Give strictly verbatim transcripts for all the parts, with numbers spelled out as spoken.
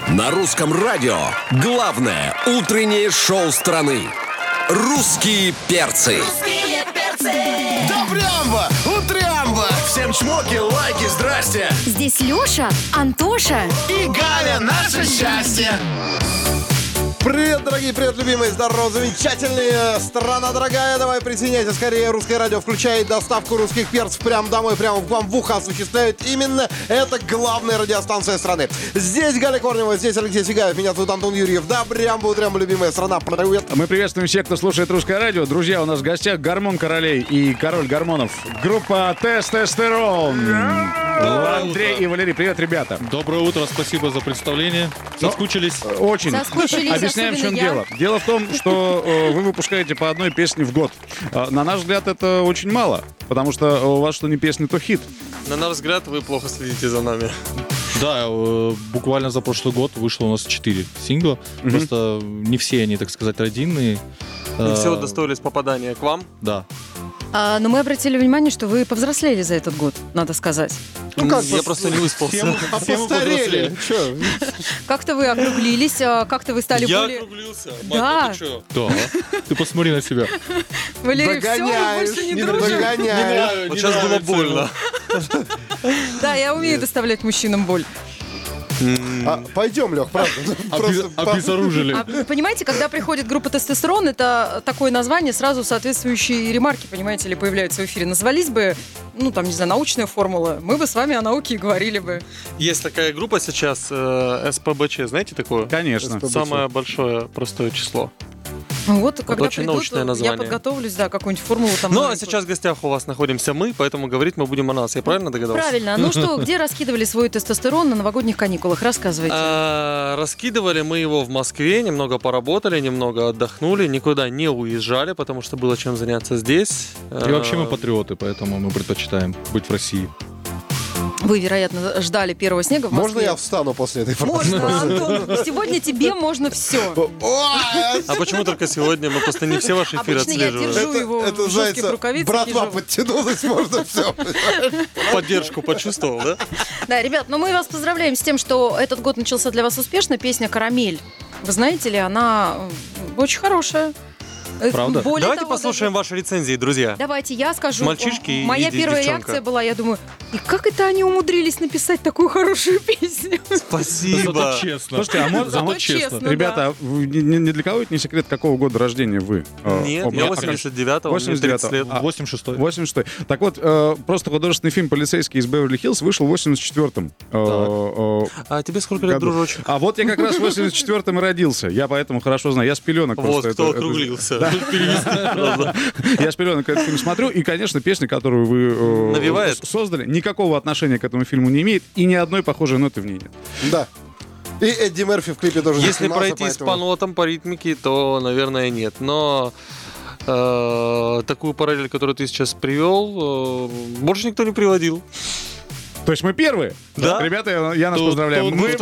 На русском радио главное утреннее шоу страны. «Русские перцы». Русские перцы. Добрямба, утрямба. Всем чмоки, лайки, здрасте. Здесь Леша, Антоша И Галя, наше счастье. Привет, дорогие, привет, любимые, здорово, замечательные. Страна дорогая, давай присоединяйся скорее. Русское радио включает доставку русских перцев прямо домой, прямо к вам в ухо осуществляет именно это главная радиостанция страны. Здесь Галя Корнева, здесь Алексей Сигаев, меня зовут Антон Юрьев. Добрямба, утрямба, любимая страна, привет. Мы приветствуем всех, кто слушает Русское радио. Друзья, у нас в гостях гормон королей и король гормонов. Группа Тестостерон. Андрей и Валерий, привет, ребята. Доброе утро, спасибо за представление. Соскучились? Очень. Соскучились, Объясняем, в чем особенно я. дело. Дело в том, что э, вы выпускаете по одной песне в год. Э, на наш взгляд, это очень мало, потому что у вас что не песня, то хит. На наш взгляд, вы плохо следите за нами. Да, э, буквально за прошлый год вышло у нас четыре сингла. Мгм. Просто не все они, так сказать, родинные. Не Э, все удостоились попадания к вам. Да. А, но мы обратили внимание, что вы повзрослели за этот год, надо сказать. Ну как, Я пос- просто не выспался. А постарели. Чё? Как-то вы округлились, а, как-то вы стали Я более... округлился. Да. Мать, ну ты чё? Да. Ты посмотри на себя. Валерий, все, мы Догоняешь, больше не не дружим. догоняешь. Вот сейчас было больно. Да, я умею доставлять мужчинам боль. А, пойдем, Лех, правда. Просто по- Обезоружили. А, вы понимаете, когда приходит группа Тестостерон, это такое название, сразу соответствующие ремарки, понимаете ли, появляются в эфире. Назвались бы, ну, там, не знаю, научная формула. Мы бы с вами о науке и говорили бы. Есть такая группа сейчас, э, эс пэ бэ че, знаете такую? Конечно. Самое большое простое число. Вот, когда очень придут, научное я название. подготовлюсь, да, какую-нибудь формулу там. Ну, а новенькую. сейчас в гостях у вас находимся мы, поэтому говорить мы будем о нас. Я правильно догадался? Правильно. Ну что, где раскидывали свой тестостерон на новогодних каникулах? Рассказывайте. А, раскидывали мы его в Москве, немного поработали, немного отдохнули, никуда не уезжали, потому что было чем заняться здесь. И вообще мы патриоты, поэтому мы предпочитаем быть в России. Вы, вероятно, ждали первого снега в Москве. Можно я встану после этой фразы? Можно, Антон. Сегодня тебе можно все. Ой, А почему только сегодня? Мы просто не все ваши эфиры Обычно я отслеживаем. держу его в жестких называется, рукавицах. братва езжу. подтянулась, можно все. Поддержку почувствовал, да? Да, ребят, ну мы вас поздравляем с тем, что этот год начался для вас успешно. Песня «Карамель». Вы знаете ли, она э, очень хорошая. Э, Правда? более Давайте того, послушаем даже- ваши рецензии, друзья. Давайте я скажу. Мальчишки и Моя ди- первая девчонка. реакция была, я думаю, и как это они умудрились написать такую хорошую песню? Спасибо. Зато честно. Слушайте, а может- Зато Зато честно. Ну Ребята, вы- ни, ни- ни для кого это не секрет, какого года рождения вы? Э, Нет, оба? я А как? восемьдесят девятого, мне тридцать лет. А, восемьдесят шестой. восемьдесят шестой. Так вот, э, просто художественный фильм «Полицейский из Беверли-Хиллз» вышел в восемьдесят четвёртом. Э, э, А тебе сколько лет, году. дружочек? А вот я как раз в восемьдесят четвёртом и родился. Я поэтому хорошо знаю. Я с пеленок Вот просто кто это- это- округлился. Да. Перевести сразу. Я с пеленок этот фильм смотрю, и, конечно, песня, которую вы э, Навевает? с- создали, никакого отношения к этому фильму не имеет, и ни одной похожей ноты в ней нет. Да. И Эдди Мерфи в клипе тоже не Если снимался, пройти с поэтому- по нотам, по ритмике, то, наверное, нет. Но э, такую параллель, которую ты сейчас привел, э, больше никто не приводил. То есть мы первые? Да. Ребята, я, я нас поздравляю. Мы,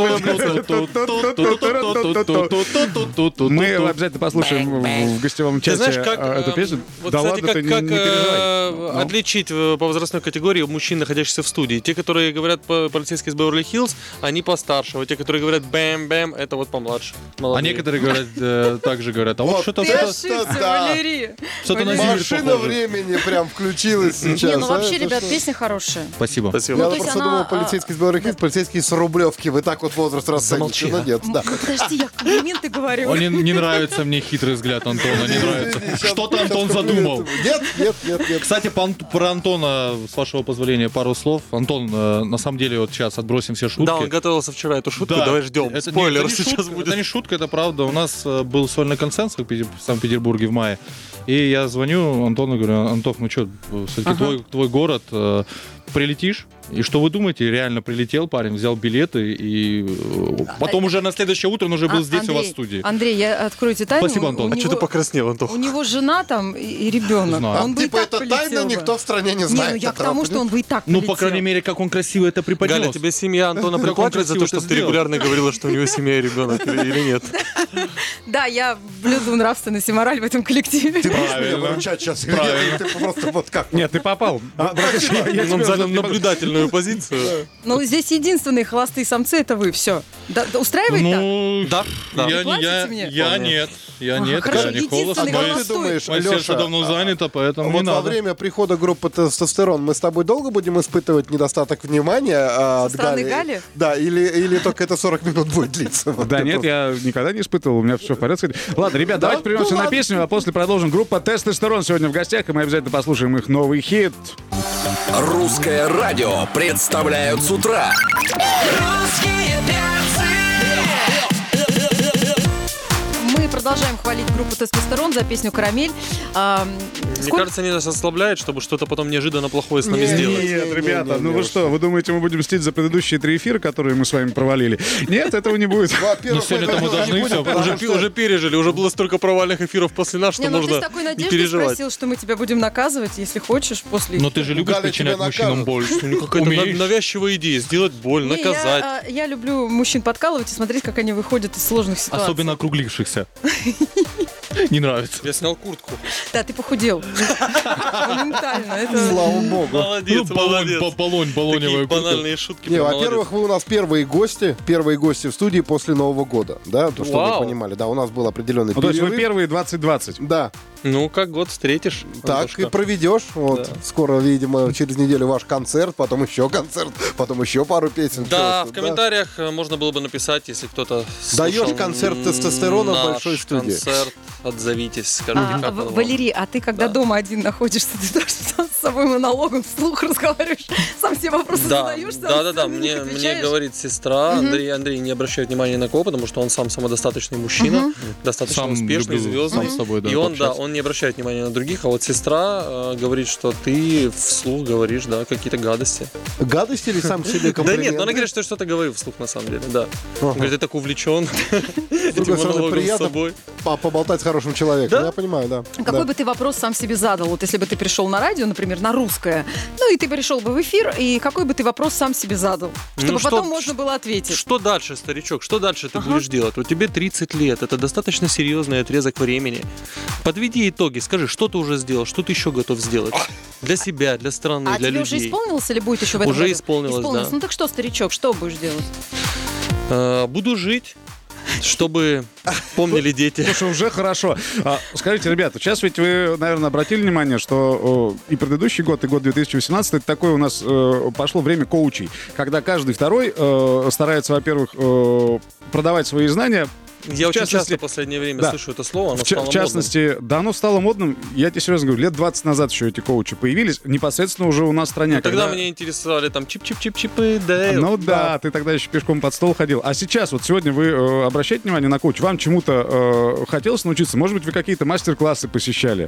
мы обязательно послушаем в, в гостевом Ты чате знаешь, как, э, эту э, песню. вот, Да кстати, ладно, как, ты не, как, не переживай. э, Ну. отличить э, по возрастной категории мужчин, находящихся в студии? Те, которые говорят по полицейский из Беверли-Хиллз, они постарше. Вот те, которые говорят бэм-бэм, это вот помладше. А Молодые. некоторые говорят, э, также говорят, а вот Вот что-то Ты это ошибся, да. Валерий. что-то на Валерий. Зиверт Машина похоже. времени прям включилась сейчас. Не, ну а? вообще, Это ребят, что? песня хорошая. Спасибо. Спасибо. Я Ну, то есть просто она, думал, полицейский с Беверли-Хиллз, полицейский с Рублевки. Вы так вот возраст Замолчи, расцените. а. Ну нет, да. Ну, подожди, я комплименты говорю. О, не, не нравится мне хитрый взгляд Антона, не нравится. Сейчас- Что-то сейчас Антон задумал. Нет, нет, нет, нет. Кстати, по Ан- про Антона, с вашего позволения, пару слов. Антон, э, на самом деле, вот сейчас отбросим все шутки. Да, он готовился вчера эту шутку, Да. давай ждем. Это не- Спойлер это не сейчас шутка, будет. Это не шутка, это правда. У нас э, был сольный концерт в Санкт- в Санкт-Петербурге в мае. И я звоню Антону, говорю, Антох, ну что, все-таки твой, твой город, э, прилетишь? И что вы думаете? Реально прилетел парень, взял билеты, и э, потом уже на следующее утро он уже был А, здесь Андрей, у вас в студии. Андрей, я открою тебе тайну. Спасибо, Антон. У А А что него- ты покраснел, Антох? У него жена там и, и ребенок. Знаю. Он бы Типа и так это полетел тайна, бы. никто в стране не Не, знает. ну я к этого, тому, что он бы и так Ну, полетел. по крайней мере, как он красиво это преподнес. Галя, тебе семья Антона Как он приплачивает за то, красиво что это ты сделал. регулярно говорила, что у него семья и ребенок, или или нет? Да, я блюду нравственность и мораль в этом коллективе. Ты будешь меня выручать сейчас? или нет? Ты просто вот как? Нет, ты попал. А, Братишка, я- я Он тебе- можно... наблюдательную позицию. Ну, здесь единственные холостые самцы — это вы, все. Устраивает так? Ну, Да, да. я, Вы платите я, мне? я Вполне. нет. Я Ага, нет, хорошо, я не холост. единственный Мое- Как ты холостой. думаешь, Мое сердце Леша, давно занято, поэтому вот не во надо. время прихода группы тестостерон мы с тобой долго будем испытывать недостаток внимания а, Со от стороны Гали? Да, или, или только это сорок минут будет длиться? Вот Да ты нет, просто- я никогда не испытывал, у меня все в порядке. Ладно, ребят, Да? давайте прервемся Ну на ладно. песню, а после продолжим. Группа «Тестостерон» сегодня в гостях, и мы обязательно послушаем их новый хит. Русское радио представляют с утра. Мы продолжаем хвалить группу «Тестостерон» за песню «Карамель». А, Мне сколько- кажется, они нас ослабляют, чтобы что-то потом неожиданно плохое с нами Не, сделать. не, Нет, не, ребята, не, ну не, вы уж. что, вы думаете, мы будем мстить за предыдущие три эфира, которые мы с вами провалили? Нет, этого не будет. Во-первых, Ну, сегодня-то мы этого должны не будет, всё, потому Уже, что- уже пережили, уже было столько провальных эфиров после нас, что Не, ну ты можно с такой не надеждой переживать. спросил, что мы тебя будем наказывать, если хочешь, после Но эфира. ты же любишь Галя причинять тебя мужчинам накажет. боль. Ну, какая-то на- Умеешь? навязчивая идея, сделать боль, Не, наказать. Я, а, я люблю мужчин подкалывать и смотреть, как они выходят из сложных ситуаций. Особенно округлившихся. Не нравится. Я снял куртку. Да, ты похудел. Моментально. Это... Слава богу. Молодец, Ну, баллон, молодец. по- баллонь, Такие баллоневая куртка. банальные шутки. Не, прям во-первых, вы у нас первые гости, первые гости в студии после Нового года, да, то, чтобы Вау. вы понимали, да, у нас был определенный Ну, то есть вы перерыв. первые двадцать двадцать. Да, молодец. Ну, как год встретишь. так Антошка. и проведешь. Вот Да. скоро, видимо, через неделю ваш концерт, потом еще концерт, потом еще пару песен. Да, Чё, в комментариях э, можно было бы написать, если кто-то Даешь слушал концерт тестостерона в наш большой студии. концерт, отзовитесь, скажите, А, как В- он вам. Валерий, а ты когда Да. дома один находишься, ты тоже сам с собой монологом вслух разговариваешь, сам все вопросы Да, задаешь, сам да, да, да. сам на них Мне, мне отвечаешь? говорит сестра, Андрей, Андрей не обращает внимания на кого, потому что он сам самодостаточный мужчина, достаточно Сам успешный, люблю звездный. сам с собой, да, И он, да, пообщаться. он не обращает внимания на других, а вот сестра э, говорит, что ты вслух говоришь, да, какие-то гадости. Гадости или сам себе Да комплименты? нет, но она говорит, что я что-то говорю вслух на самом деле, да. Ага. Он говорит, ты так увлечен С другой этим стороны, монологом с приятно собой. по- поболтать с хорошим человеком. Да? Я понимаю, да. Какой Да. бы ты вопрос сам себе задал, вот если бы ты пришел на радио, например, на русское, ну и ты пришел бы в эфир, и какой бы ты вопрос сам себе задал, чтобы Ну, что- потом можно было ответить? Что дальше, старичок? Что дальше ты Ага. будешь делать? Вот тебе тридцать лет, это достаточно серьезный отрезок времени. Подведи итоги, скажи, что ты уже сделал, что ты еще готов сделать для себя, для страны, А для тебе людей. уже исполнилось или будет еще в этом Уже году? исполнилось, да. Ну так что, старичок, что будешь делать? Э, Буду жить, чтобы помнили дети. Слушай, уже хорошо. А, скажите, ребята, сейчас ведь вы, наверное, обратили внимание, что о, и предыдущий год, и год две тысячи восемнадцатый, это такое у нас э, пошло время коучей, когда каждый второй э, старается, во-первых, э, продавать свои знания. Я В очень частности- часто в последнее время да. слышу это слово, оно В, ча- стало в частности, да, оно стало модным. Я тебе серьезно говорю, лет двадцать назад еще эти коучи появились, непосредственно уже у нас в стране. модным. Тогда когда- меня интересовали там чип-чип-чип-чипы, да. Ну да, ты тогда еще пешком под стол ходил. А сейчас, вот сегодня вы э, обращаете внимание на коуч, вам чему-то э, хотелось научиться? Может быть, вы какие-то мастер-классы посещали?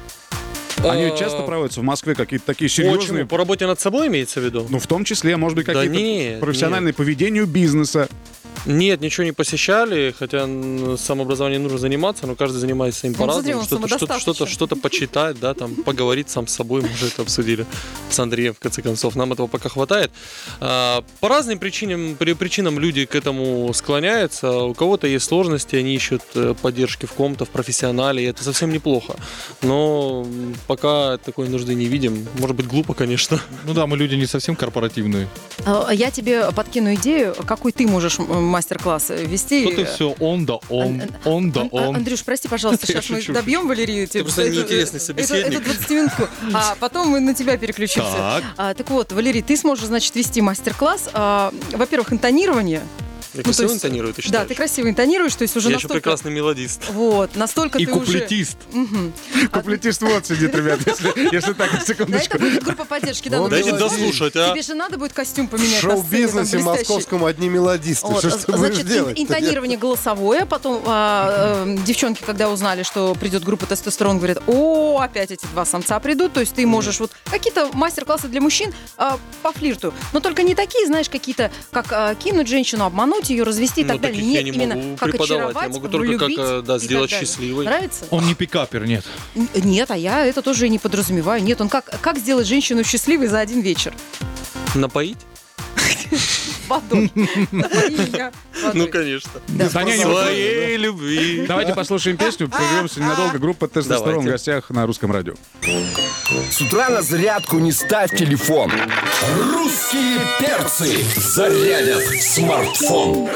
Они ведь часто проводятся в Москве, какие-то такие серьезные. Почему? По работе над собой имеется в виду? Ну, в том числе, может быть, Да какие-то нет, профессиональные по ведению бизнеса. Нет, ничего не посещали, хотя м, самообразованием нужно заниматься, но каждый занимается своим Ну, смотри, по-разному. он Что-то, что-то, самодостаточен. что-то, что-то почитать, да, там, поговорить сам с собой, мы уже это обсудили с Андреем, в конце концов. Нам этого пока хватает. А, по разным причинам, при- причинам люди к этому склоняются. У кого-то есть сложности, они ищут э, поддержки в ком-то, в профессионале, и это совсем неплохо. Но м, пока такой нужды не видим. Может быть, глупо, конечно. Ну да, мы люди не совсем корпоративные. А, Я тебе подкину идею, какой ты можешь м, мастер-класс вести. Тут и все он да он, он да Ан- Ан- он. Андрюш, прости, пожалуйста, Я сейчас мы шучу, добьем Валерию. Ты просто неинтересный собеседник. Это двадцатиминутку, а потом мы на тебя переключимся. Так. А, так вот, Валерий, ты сможешь, значит, вести мастер-класс. а, Во-первых, интонирование. Я Ну, красиво то есть- интонирую, ты Да, считаешь? ты красиво интонируешь, то есть уже Я еще настолько... прекрасный мелодист. Вот, настолько И ты уже... куплетист. Мгм. Куплетист вот сидит, ребят, если, если так, на Да, секундочку. это будет группа поддержки. Да, Ну, ну, Дайте ты- дослушать, а. Тебе же надо будет костюм поменять В на сцене, там, шоу-бизнесе блестящий. московском одни мелодисты. Вот, Что ж ты будешь значит, ин- делать? интонирование голосовое. Потом а, э, девчонки, когда узнали, что придет группа тестостерон, говорят: о, опять эти два самца придут. То есть ты можешь вот какие-то мастер-классы для мужчин а, по флирту. Но только не такие, знаешь, какие-то, как а, кинуть женщину, обмануть ее, развести и Ну, так далее. таких я Нет, не именно могу как преподавать. Я очаровать, могу только как, влюбить э, да, и сделать так далее. счастливой. Нравится? Он не пикапер, нет. Н- Нет, а я это тоже и не подразумеваю. Нет, он как, как сделать женщину счастливой за один вечер? Напоить? Водой. Напои меня водой. Ну, конечно. Да. Да не, не, вот- Своей любви. Давайте послушаем песню, прервемся ненадолго. Группа «Тестостерон» в Давайте. гостях на Русском радио. С утра на зарядку не ставь телефон. Русские перцы зарядят смартфон.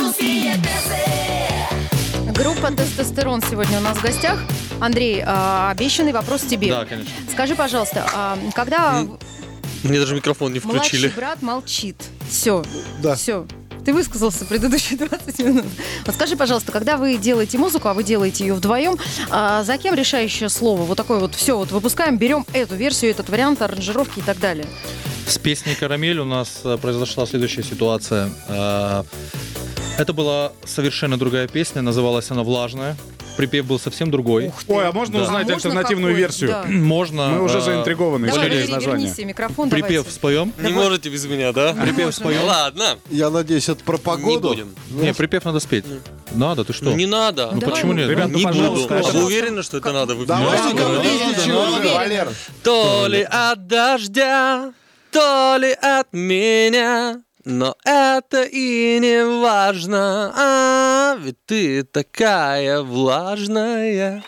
Группа «Тестостерон» сегодня у нас в гостях. Андрей, а, обещанный вопрос тебе. Да, конечно. Скажи, пожалуйста, а, когда Мне даже микрофон не младший включили. брат молчит, все, Да. все, ты высказался предыдущие двадцать минут. Вот скажи, пожалуйста, когда вы делаете музыку, а вы делаете ее вдвоем, а за кем решающее слово? Вот такое вот все, вот выпускаем, берем эту версию, этот вариант, аранжировки и так далее. С песней «Карамель» у нас э, произошла следующая ситуация. Э, Это была совершенно другая песня, называлась она «Влажная». Припев был совсем другой. Ой, а можно Да. узнать А можно альтернативную какой? версию? Да. Можно... Мы уже э, заинтригованы, Давай, исходя из Валерий, названия. верни себе микрофон, Припев давайте. споем? Не можете без меня, да? Припев споем? Ладно. Я надеюсь, это про Не погоду. будем. Не, припев надо спеть. Надо, ты что? Ну, не надо. Ну Давай. почему нет? Ребята, Не пожалуйста, буду. А это- вы уверены, что это надо? Вы Давайте Да, ко да, мне да, ничего, да, да. Валер. То ли от дождя, то ли от меня, но это и не важно, а ведь ты такая влажная.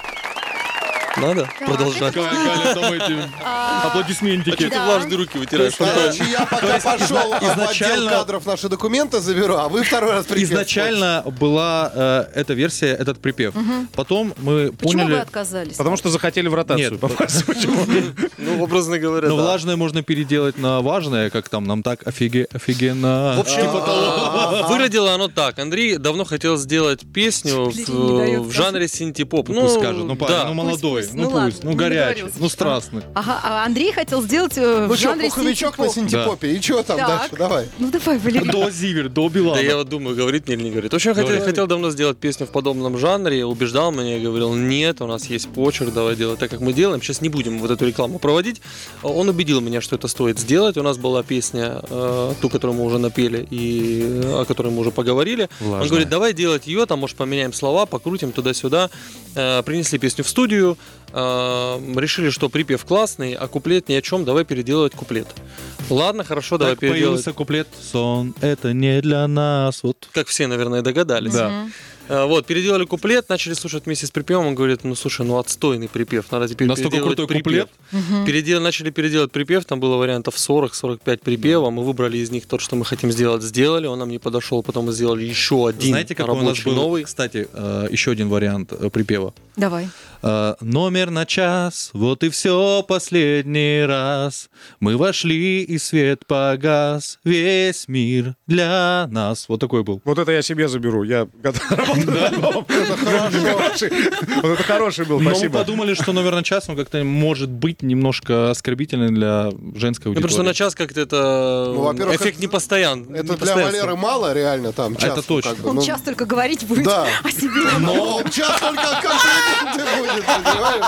Надо продолжать. Галя, Галя, там эти аплодисментики. Ты влажные руки вытираешь. Короче, я пока пошел в отдел изначально- кадров наши документы заберу, а вы второй раз припев. Изначально была э, эта версия, этот припев. Потом мы Почему вы поняли... отказались? Потому что захотели в ротацию Нет. попасть. Ну, образно говоря, Но да. влажное можно переделать на важное, как там нам так офиге, офигенно. В общем, а, выглядело оно так. Андрей давно хотел сделать песню в, Блин, не дает в жанре синти-поп. Ну, пусть скажет, ну парень, да. ну молодой, пусть. ну Ну ладно, пусть, ну не горячий, договорился. ну страстный. Ага, а Андрей хотел сделать э, Ну в что, жанре пуховичок на синти-поп. синтепопе, и что там Так. дальше? Давай. Ну давай, Валерий. До Зивер, до Билана. Да я вот думаю, говорит мне или не говорит. В общем, хотел, Говорит. хотел давно сделать песню в подобном жанре, убеждал меня и говорил, нет, у нас есть почерк, давай делать так, как мы делаем. Сейчас не будем вот эту рекламу проводить. Он убедил меня, что это стоит сделать. У нас была песня, э, ту, которую мы уже напели и э, о которой мы уже поговорили. Влажная. Он говорит, давай делать ее, там, может, поменяем слова, покрутим туда-сюда. Э, принесли песню в студию, э, решили, что припев классный, а куплет ни о чем, давай переделывать куплет. Ладно, хорошо, давай Так переделывать. появился куплет «Сон, это не для нас». Вот. Как все, наверное, догадались. Да. А, Вот, переделали куплет, начали слушать вместе с припевом. Он говорит, ну слушай, ну отстойный припев, надо теперь Настолько переделывать крутой припев. Передел- начали переделать припев, там было вариантов сорок-сорок пять припева. Мы выбрали из них тот, что мы хотим сделать, сделали. Он нам не подошел, потом мы сделали еще один Знаете, какой у нас рабочий был, новый. кстати, э, еще один вариант э, припева? Давай. Э, Номер на час, вот и все последний раз. Мы вошли, и свет погас. Весь мир для нас. Вот такой был. Вот это я себе заберу. Я когда работаю над альбомом. Это хороший. Вот это хороший был, Но мы спасибо. подумали, что номер на час, он как-то может быть немножко оскорбительный для женской Ну, аудитории. потому что на час как-то это Ну, во-первых, эффект это- не постоян. Это для Валеры мало, реально, там, час. Это точно. как бы, Он ну, час только говорить будет Да. о себе. Но он час только комплименты будет, понимаешь?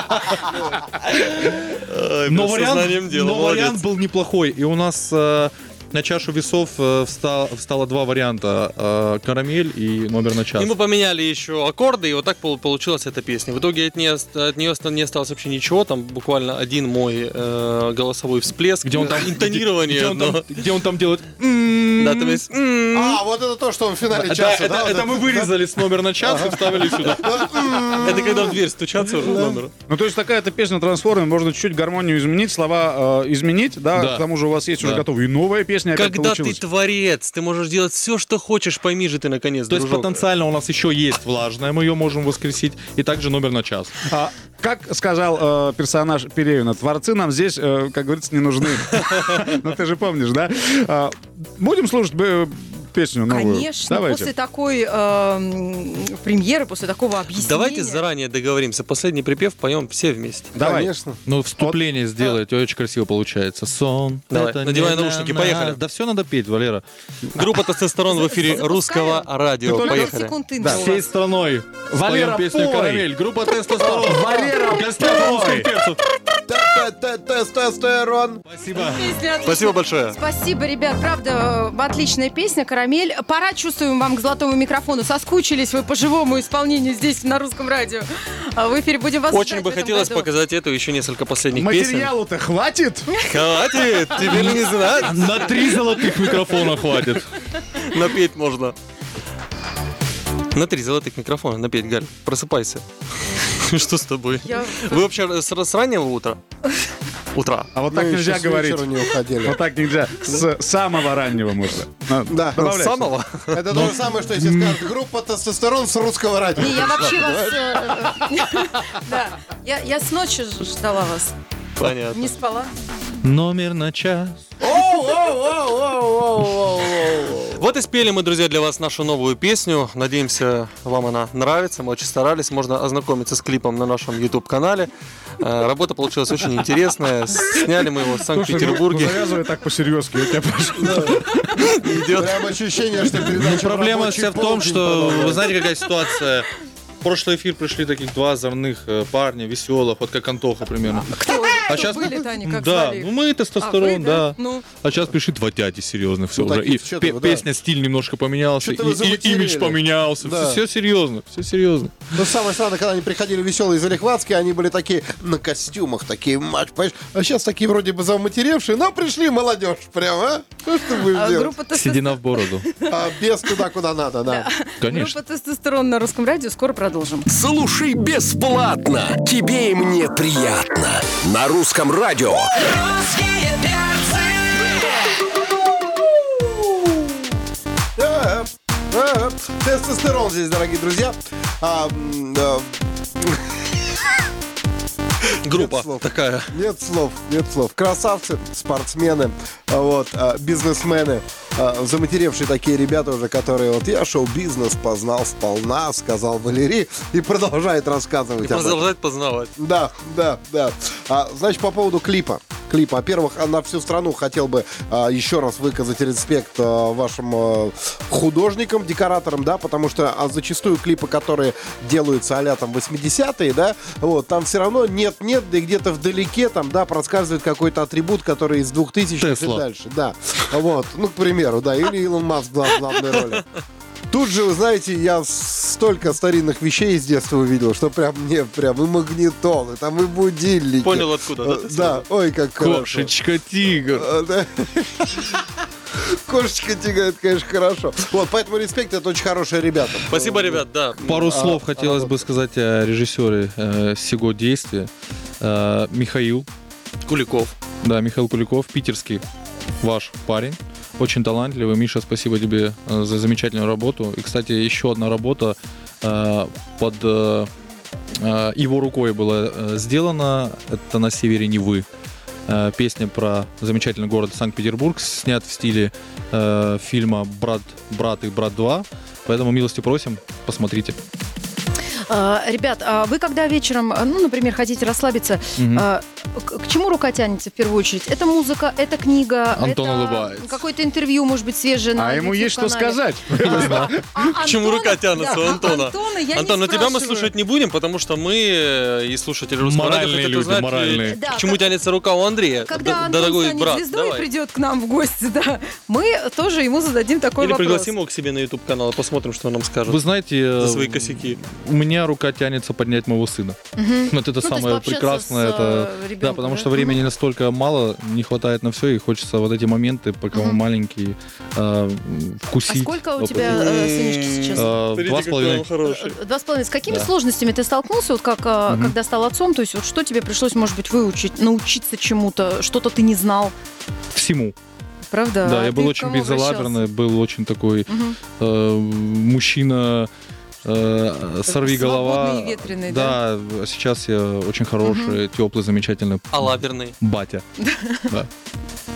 Но сознанием вариант, дела, но молодец. вариант был неплохой. И у нас э, на чашу весов э, вста- встало два варианта. э, карамель и номер на час. И мы поменяли еще аккорды, и вот так пол- получилась эта песня. В итоге от нее, от нее оста- не осталось вообще ничего, там буквально один мой э, голосовой всплеск, Где он там, интонирование. где, он но- там, где он там делает... Да, там есть, «М-м-м». А, вот это то, что он в финале Это, часа, это- да? вот это мы вырезали с номер на час и вставили сюда. Это когда в дверь стучаться уже в номер. Ну, то есть такая-то песня трансформер, можно чуть-чуть гармонию изменить, слова э, изменить, да? Да. К тому же у вас есть уже Да. готовая и новая песня опять Когда получилась. ты творец, ты можешь делать все, что хочешь, пойми же ты наконец, То есть дружок. потенциально у нас еще есть влажная, мы ее можем воскресить, и также номер на час. А, как сказал э, персонаж Пелевина, творцы нам здесь, э, как говорится, не нужны. Ну, ты же помнишь, да? А, Будем слушать э, песню новую? Конечно, Давайте. после такой э, премьеры, после такого объяснения. Давайте заранее договоримся. Последний припев поем все вместе. Давай. Конечно. Ну, вступление сделать очень красиво получается. Сон. Давай, это надевай не для наушники, нас. поехали. Да все надо петь, Валера. Группа «Тестостерон» в эфире Запускаем? русского радио. На Поехали. секунд интро Да. у Всей вас. страной Валера, споем песню пой! «Карамель». Группа «Тестостерон». Валера, В гостях у русских перцев. Так, Тестостерон. Спасибо. Песня отличная. Спасибо большое. Спасибо, ребят. Правда, э, отличная песня «Карамель». Пора, чувствуем, вам к золотому микрофону. Соскучились вы по живому исполнению здесь, на Русском радио. А в эфире будем вас Очень ждать бы в этом хотелось году. показать эту еще несколько последних песен. Материалу-то хватит? Хватит, теперь не знать. На три золотых микрофона хватит. Напеть можно. На три золотых микрофона напеть, Галь. Просыпайся. Что с тобой? Я- Вы вообще с, с раннего утра? Утра. А вот так Мы еще нельзя с говорить. вечера не уходили. Вот так нельзя. С самого раннего можно. Ну, Да. добавляй. Самого? Это то же самое, что если скажут группа тестостерон с русского радио. Не, я вообще вас... э, Да, я я с ночи ж- ждала вас. Понятно. Не спала. Номер на час. Вот и спели мы, друзья, для вас нашу новую песню. Надеемся, вам она нравится. Мы очень старались. Можно ознакомиться с клипом на нашем YouTube-канале. Э, Работа получилась очень интересная. Сняли мы его в Слушай, ну, Санкт-Петербурге. ну, завязывай так по-серьезки, я тебя прошу. Идет. Прям ощущение, что передача Проблема «Рабочий вся в том, полдень» что подобная. вы знаете, какая ситуация. В прошлый эфир пришли таких два озорных э, парня, веселых, вот как Антоха примерно. Кто, А кто сейчас были, Таня, как да, звали их? ну мы А, тестостерон, вы, да. Ну, А сейчас пришли два дяди серьезно, все Ну, уже. таких И чё-то пе- вы, да. песня, стиль немножко поменялся, и, Чё-то вы и- заматерели. имидж поменялся. Да. Все, серьезно, все серьезно. Ну, самое странное, когда они приходили веселые из Олехватски, они были такие на костюмах, такие, мать, понимаешь? А сейчас такие вроде бы заматеревшие, но пришли молодежь прям, а? Что ж ты будешь а, делать? группа тестостерон. Седина в бороду. А без туда, куда надо, да. Конечно. Группа тестостерон на Русском радио. Скоро продолжим. Слушай бесплатно. Тебе и мне приятно. На Русском радио. Э, э, Тестостерон здесь, дорогие друзья. А, м, да, Группа Нет слов. такая. Нет слов, нет слов. Красавцы, спортсмены, а, вот, а, бизнесмены, а, заматеревшие такие ребята уже, которые вот я шоу-бизнес познал сполна, сказал Валерий, и продолжает рассказывать И об этом. продолжать познавать. Да, да, да. А, значит, по поводу клипа. Клипа. Во-первых, на всю страну хотел бы а, еще раз выказать респект а, вашим а, художникам, декораторам, да, потому что а, зачастую клипы, которые делаются а-ля там восьмидесятые, да, вот, там все равно нет-нет, да и где-то вдалеке там, да, проскальзывает какой-то атрибут, который из двухтысячных и Тесла. дальше, да. Вот, ну, к примеру, да, или Илон Маск в глав- главной роли. Тут же, вы знаете, я столько старинных вещей из детства увидел, что прям мне прям и магнитолы, там и будильники. Понял, откуда, да, Э, ты Да, ой, как хорошо. Кошечка-тигр. Э, да. Кошечка тигра, это, конечно, хорошо. Вот, поэтому респект, это очень хорошие ребята. Спасибо, ребят, да. Пару А, слов хотелось работа. бы сказать о режиссере э, сего действия. Э, Михаил. Куликов. Да, Михаил Куликов, питерский ваш парень. Очень талантливый. Миша, спасибо тебе э, за замечательную работу. И, кстати, еще одна работа э, под э, э, его рукой была э, сделана. Это «На севере Невы». Э, песня про замечательный город Санкт-Петербург, снят в стиле э, фильма «Брат, брат и брат два». Поэтому милости просим, посмотрите. А, ребят, а вы когда вечером, ну, например, хотите расслабиться, Мгм. а, к, к чему рука тянется в первую очередь? Это музыка, это книга, Антон это улыбается. какое-то интервью, может быть, свежее на А ему есть что YouTube-канале. сказать. А, а К чему Антона- рука тянется да, у Антона? Антона я Антон, не но тебя мы спрашиваю. слушать не будем, потому что мы э, и слушатели Русского радио Моральные хотят люди, узнать, моральные. э, Да, к чему как- тянется рука у Андрея. Когда Д- Антон Дорогой станет брат, звездой и давай. придет к нам в гости, да, мы тоже ему зададим такой Или вопрос. пригласим его к себе на YouTube-канал и посмотрим, что он нам скажет. Вы знаете, э, За свои косяки. у меня рука тянется поднять моего сына. Мгм. Вот это Ну, то есть самое пообщаться прекрасное. с, Это... э, Да, ребенком, потому да? что времени настолько мало, не хватает на все, и хочется вот эти моменты, пока он Мгм. маленький, э, А вкусить. сколько у опыт. тебя э, сынишки сейчас? Э, Смотрите, Два с какой половиной. он хороший. Э, Два с половиной. С какими Да. сложностями ты столкнулся, вот как, а, Мгм. когда стал отцом? То есть вот что тебе пришлось, может быть, выучить, научиться чему-то, что-то ты не знал, Всему. правда? Да, А я был ты к очень кому безалаберный, был очень такой Мгм. э, мужчина, э, сорви голова. свободный и ветреный, Да, а сейчас я очень хороший, теплый, замечательный А лаберный. батя. Да.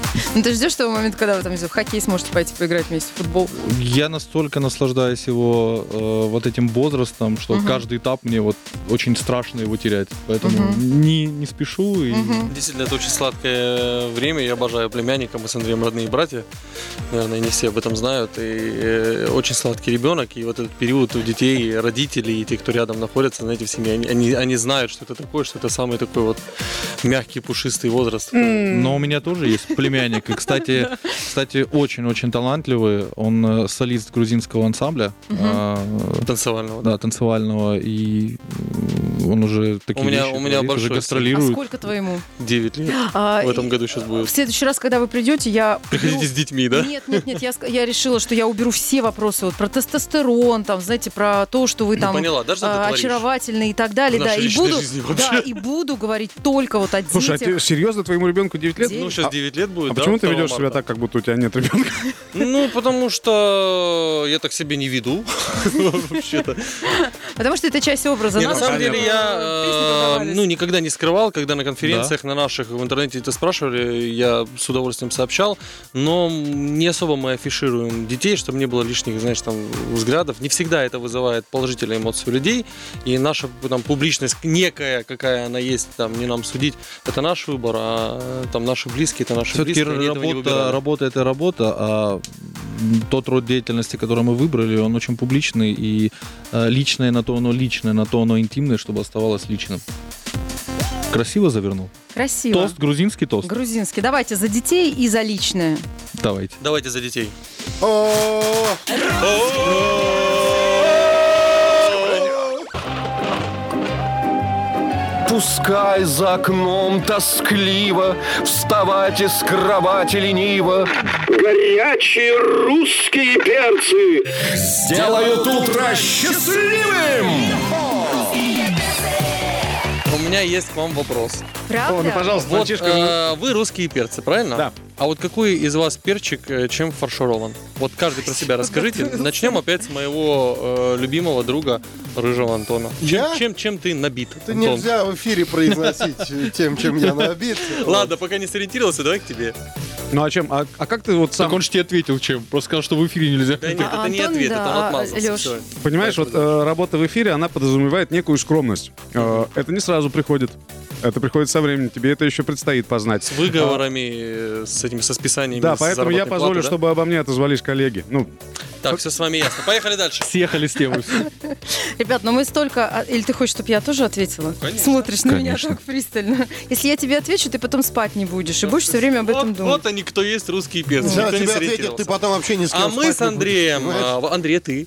Ну ты ждешь того момента, когда вы там в хоккей сможете пойти поиграть вместе в футбол? Я настолько наслаждаюсь его э, вот этим возрастом, что Мгм. каждый этап мне вот очень страшно его терять. Поэтому Мгм. не, не спешу. И... Мгм. Действительно, это очень сладкое время. Я обожаю племянника. Мы с Андреем родные братья. Наверное, не все об этом знают. И э, очень сладкий ребенок. И вот этот период у детей, родителей и тех, кто рядом находится, знаете, в семье, они, они, они знают, что это такое, что это самый такой вот мягкий, пушистый возраст. Но у меня тоже есть племянник. И, кстати, кстати, очень-очень талантливый. Он э, солист грузинского ансамбля. а, Танцевального, да. да, танцевального. И м, он уже такие У меня- вещи у меня творит, уже большой сын. А гастролирует. сколько твоему? девять лет. А, В этом и- году сейчас В будет. следующий раз, когда вы придете, я... Приходите уберу- с детьми, да? Нет, нет, нет, я, ск- я решила, что я уберу все вопросы вот про тестостерон, там, знаете, про то, что вы Ну, там поняла, да, что ты а, творишь? очаровательный и так далее, В да, нашей и личной буду, жизни да, вообще. и буду говорить только вот о Слушай, а детях. ты серьезно, твоему ребенку девять лет? Девять. Ну, сейчас девять лет будет, А да, почему ты второго ведешь себя марта. так, как будто у тебя нет ребенка? Ну, потому что я так себя не веду. Вообще-то. Потому что это часть образа. Не, на Надо, самом чтобы деле я песни э, продавались. ну, никогда не скрывал, когда на конференциях на наших в интернете это спрашивали, я с удовольствием сообщал, но не особо мы афишируем детей, чтобы не было лишних, знаешь, там, взглядов. Не всегда это вызывает положительные эмоции у людей, и наша там публичность некая, какая она есть, там, не нам судить, это наш выбор, а там наши близкие, это наши Все-таки близкие, они этого не работа, выбирали. работа это работа, а м, тот род деятельности, который мы выбрали, он очень публичный, и э, личное на то оно личное, на то оно интимное, чтобы оставалось личным. Красиво завернул. Красиво. Тост, грузинский тост. Грузинский. Давайте за детей и за личное. Давайте. Давайте за детей. О, Пускай за окном тоскливо вставать из кровати лениво. Горячие русские перцы сделают утро счастливым. У меня есть к вам вопрос. Правда? О, ну, пожалуйста, Вот Франчишка. э, вы русские перцы, правильно? Да. А вот какой из вас перчик э, чем фарширован? Вот каждый про себя расскажите. Начнем опять с моего э, любимого друга Рыжего Антона. Чем, Я? чем, чем ты набит, это Антон? нельзя в эфире произносить тем, чем я набит. Ладно, пока не сориентировался, давай к тебе. Ну а чем? А, а как ты вот сам... Так он же тебе ответил чем? Просто сказал, что в эфире нельзя. Да нет, А, это не Антон, ответ, да, это он отмазался. Лёш. всё. Понимаешь, вот э, работа в эфире, она подразумевает некую скромность. Э, это не сразу приходит. Это приходит со временем. Тебе это еще предстоит познать. С выговорами, э, с этими, со списаниями. Да, с поэтому я заработной позволю, платы, да? чтобы обо мне отозвались коллеги. Ну, Так, все с вами ясно. Поехали дальше. Съехали с темы. Ребят, ну мы столько... а, Или ты хочешь, чтобы я тоже ответила? Конечно. Смотришь на меня Конечно. так пристально. Если я тебе отвечу, ты потом спать не будешь. И будешь все время об этом Вот, думать. вот они, кто есть русские перцы. Сейчас Никто не тебе ответят, сориентировался. ты потом вообще не с кем А мы спать с не будешь, Андреем... понимаешь? а, Андрей, ты?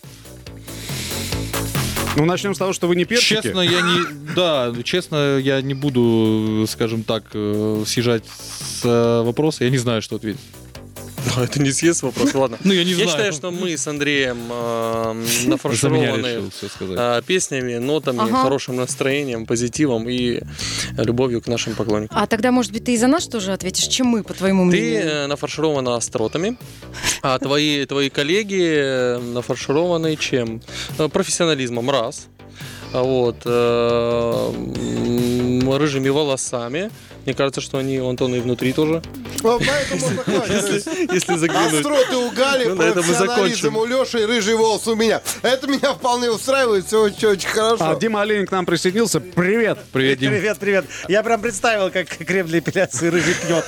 ну начнем с того, что вы не перчики. Честно, я не, да, честно, я не буду, скажем так, э, съезжать с э, вопроса. Я не знаю, что ответить. Ну, это не съезд вопрос, ладно. Ну, я не Я знаю. считаю, что мы с Андреем э, За меня нафаршированы решил все сказать. э, песнями, нотами, Ага. хорошим настроением, позитивом и любовью к нашим поклонникам. А тогда, может быть, ты и за нас тоже ответишь, чем мы, по твоему Ты мнению? э, нафарширована остротами, а твои, твои коллеги э, нафаршированы чем? Э, Профессионализмом, раз. А Вот, э, м, рыжими волосами. Мне кажется, что они у Антона и внутри тоже. Ну, поэтому можно хватит. Если заглянуть. Остроты у Гали, Ну, на этом мы профессионализм закончим. у Леши и рыжий волос у меня. Это меня вполне устраивает, все очень, очень хорошо. А Дима Олейник к нам присоединился. Привет. Привет, Дим. Привет, привет. Я прям представил, как крем для эпиляции рыжий пьет.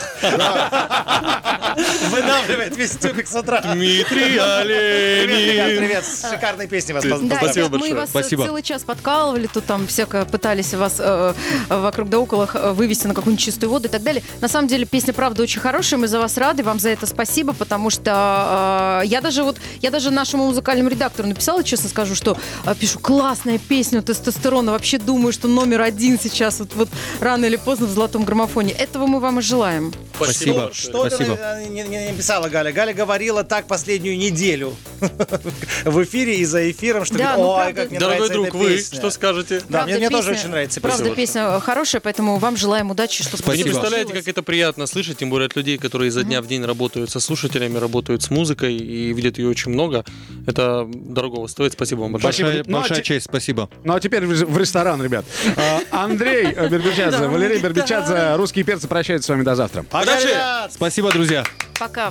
Выдавливает весь тюбик с утра. Дмитрий Привет, ребят, Олейник. привет. Шикарные песни вас Ты- познакомил. Да, Спасибо ребят, мы большое. вас Спасибо. целый час подкалывали, тут там всякое пытались вас э, вокруг да около э, вывести на какую-нибудь чистую воду и так далее. На самом деле песня, правда, очень хорошая, мы за вас рады, вам за это спасибо, потому что э, я даже вот, я даже нашему музыкальному редактору написала, честно скажу, что э, пишу, классная песня «Тестостерона», вообще думаю, что номер один сейчас вот, вот рано или поздно в золотом граммофоне. Этого мы вам и желаем. Спасибо. Что Спасибо. ты не, не- не написала Галя? Галя говорила так последнюю неделю. в эфире и за эфиром, что Да, говорит, ну, ой, правда. как мне Дорогой нравится друг, эта вы песня. что скажете? Да, мне, мне тоже песня- очень нравится Правда, песня. песня хорошая, поэтому вам желаем удачи, чтобы Вы не Спасибо. представляете, как это приятно слышать, тем более от людей, которые изо дня в день работают со слушателями, работают с музыкой и видят ее очень много. Это дорогого стоит. Спасибо вам большое. Спасибо. Большая, Ну, а большая те- честь, спасибо. Ну а теперь в в ресторан, ребят. А, Андрей Бербичадзе, Валерий Бербичадзе, русские перцы прощаются с вами до завтра. Пока, ребят! Спасибо, друзья. пока.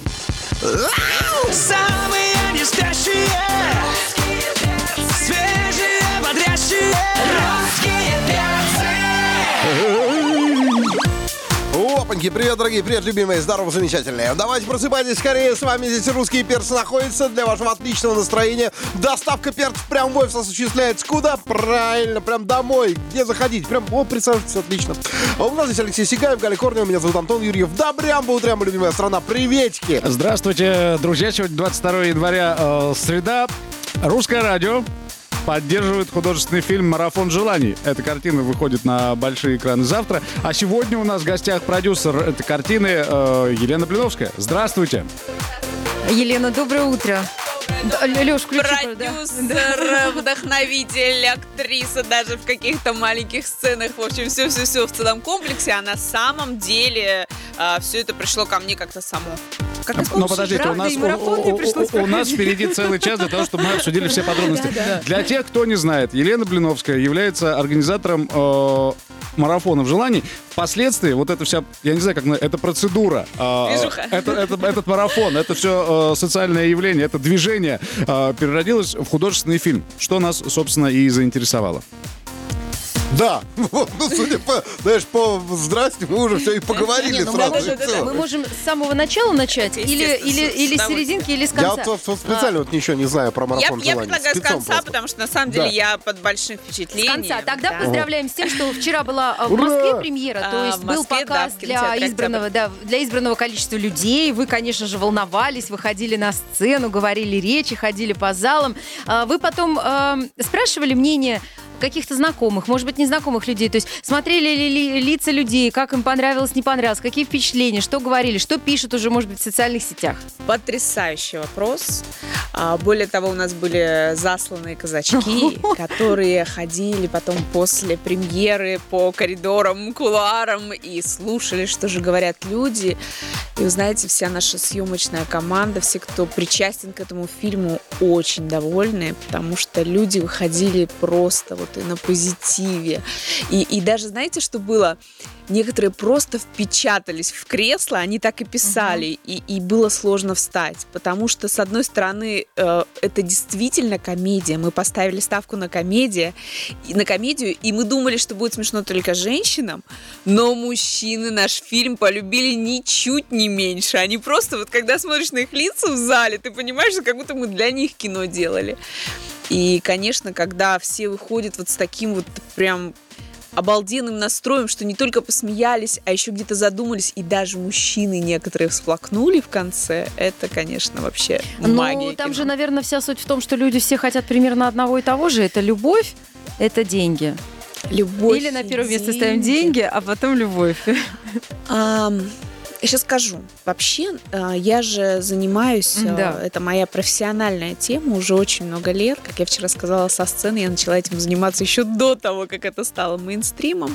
Самые не спящие, свежие, бодрящие, русские перцы. Опаньки, привет, дорогие, привет, любимые, здорово, замечательные. Давайте просыпайтесь скорее, с вами здесь русские перцы находятся. Для вашего отличного настроения доставка перцев прям в офис осуществляется. Куда? Правильно, прям домой. Где заходить? Прям, о, присаживайтесь, отлично. А у нас здесь Алексей Сигаев, Галя Корнева, меня зовут Антон Юрьев. Да, прям, утрям, любимая страна, приветики. Здравствуйте, друзья. Сегодня двадцать второго января, э, среда. Русское радио поддерживает художественный фильм «Марафон желаний». Эта картина выходит на большие экраны завтра. А сегодня у нас в гостях продюсер этой картины э, Елена Блиновская. Здравствуйте. Елена, доброе утро. Да, Лёш, включи. Продюсер, вдохновитель, актриса даже в каких-то маленьких сценах. В общем, все-все-все в целом комплексе. А на самом деле а, все это пришло ко мне как-то само. Как из Но подождите, у правда, нас, и у, марафон у- мне у- пришлось у- у нас проходить. впереди целый час для того, чтобы мы обсудили все подробности. Для тех, кто не знает, Елена Блиновская является организатором э, марафонов желаний. Впоследствии вот эта вся, я не знаю, как на- это процедура, э, Движуха. это, это- этот марафон, это все социальное явление, это движение э, переродилось в художественный фильм, что нас, собственно, и заинтересовало. Да, вот, ну, судя по, знаешь, по здрасте, мы уже все и поговорили Не, ну мы, сразу. можем, и всё. мы можем с самого начала начать, или, Естественно, или, с- или с с серединки, или с Я конца. вот, вот специально вот ничего не знаю про Я, марафон я желаний. предлагаю с Спецом конца, просто. потому что на самом деле Да. я под большим С впечатлением. конца. Тогда Да. поздравляем с тем, что вчера была а, в Ура! Москве премьера, то А, есть в был Москве, да, показ в для кинотеатре избранного, да, для избранного количества людей. Вы, конечно же, волновались, выходили на сцену, говорили речи, ходили по залам. А, Вы потом а, спрашивали мнение каких-то знакомых, может быть, незнакомых людей, то есть смотрели ли ли- лица людей, как им понравилось, не понравилось, какие впечатления, что говорили, что пишут уже, может быть, в социальных сетях. Потрясающий вопрос. А, Более того, у нас были засланные казачки, которые ходили потом после премьеры по коридорам, кулуарам и слушали, что же говорят люди. И вы знаете, вся наша съемочная команда, все, кто причастен к этому фильму, очень довольны, потому что люди выходили просто вот и на позитиве. И, и даже знаете, что было? Некоторые просто впечатались в кресло, они так и писали, и, и было сложно встать, потому что, с одной стороны, э, это действительно комедия, мы поставили ставку на комедию, и, на комедию, и мы думали, что будет смешно только женщинам, но мужчины наш фильм полюбили ничуть не меньше, они просто, вот когда смотришь на их лица в зале, ты понимаешь, что как будто мы для них кино делали. И, конечно, когда все выходят вот с таким вот прям обалденным настроем, что не только посмеялись, а еще где-то задумались, и даже мужчины некоторые всплакнули в конце, это, конечно, вообще магия. Ну, там кино. же, наверное, вся суть в том, что люди все хотят примерно одного и того же. Это любовь, это деньги. Любовь Или на и первое место ставим деньги, а потом любовь. Ам, я сейчас скажу. Вообще, а, я же занимаюсь, а, Да. это моя профессиональная тема уже очень много лет. Как я вчера сказала со сцены, я начала этим заниматься еще до того, как это стало мейнстримом.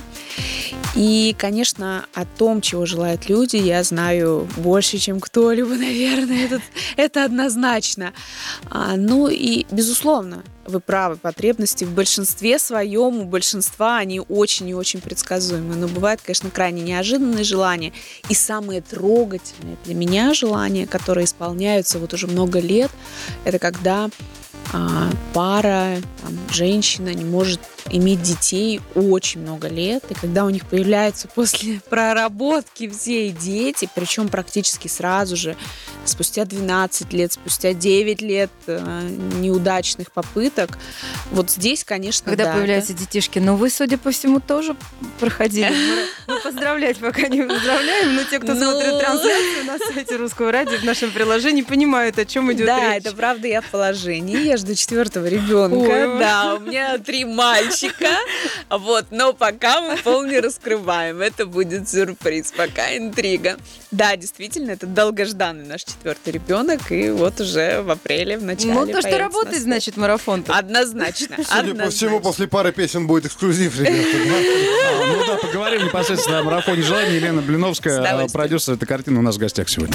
И, конечно, о том, чего желают люди, я знаю больше, чем кто-либо, наверное. Это, это однозначно. А, ну и, безусловно, вы правы, потребности в большинстве своем, у большинства они очень и очень предсказуемы. Но бывают, конечно, крайне неожиданные желания. И самые трогательные для меня желания, которые исполняются вот уже много лет, это когда а, пара, там, женщина не может иметь детей очень много лет, и когда у них появляются после проработки все дети, причем практически сразу же, спустя двенадцать лет, спустя девять лет э, неудачных попыток, вот здесь, конечно, Когда да, появляются детишки. Но вы, судя по всему, тоже проходили. Мы- Мы поздравлять пока не поздравляем, но те, кто Ну. смотрит трансляцию на сайте Русского радио в нашем приложении, понимают, о чем идет Да, речь. это правда, я в положении. Я жду четвертого ребенка. Ой. Да, у меня три мальчика. Вот, но пока мы пол не раскрываем. Это будет сюрприз, пока интрига. Да, действительно, это долгожданный наш четвертый ребенок, и вот уже в апреле, в начале Ну, то, что появится работает, на свет. значит, марафон-то. Однозначно. Судя по однозначно. всему, после пары песен будет эксклюзив, ребята. А, ну да, поговорим непосредственно о марафоне желаний. Елена С Блиновская, удовольствием. продюсер этой картины, у нас в гостях сегодня.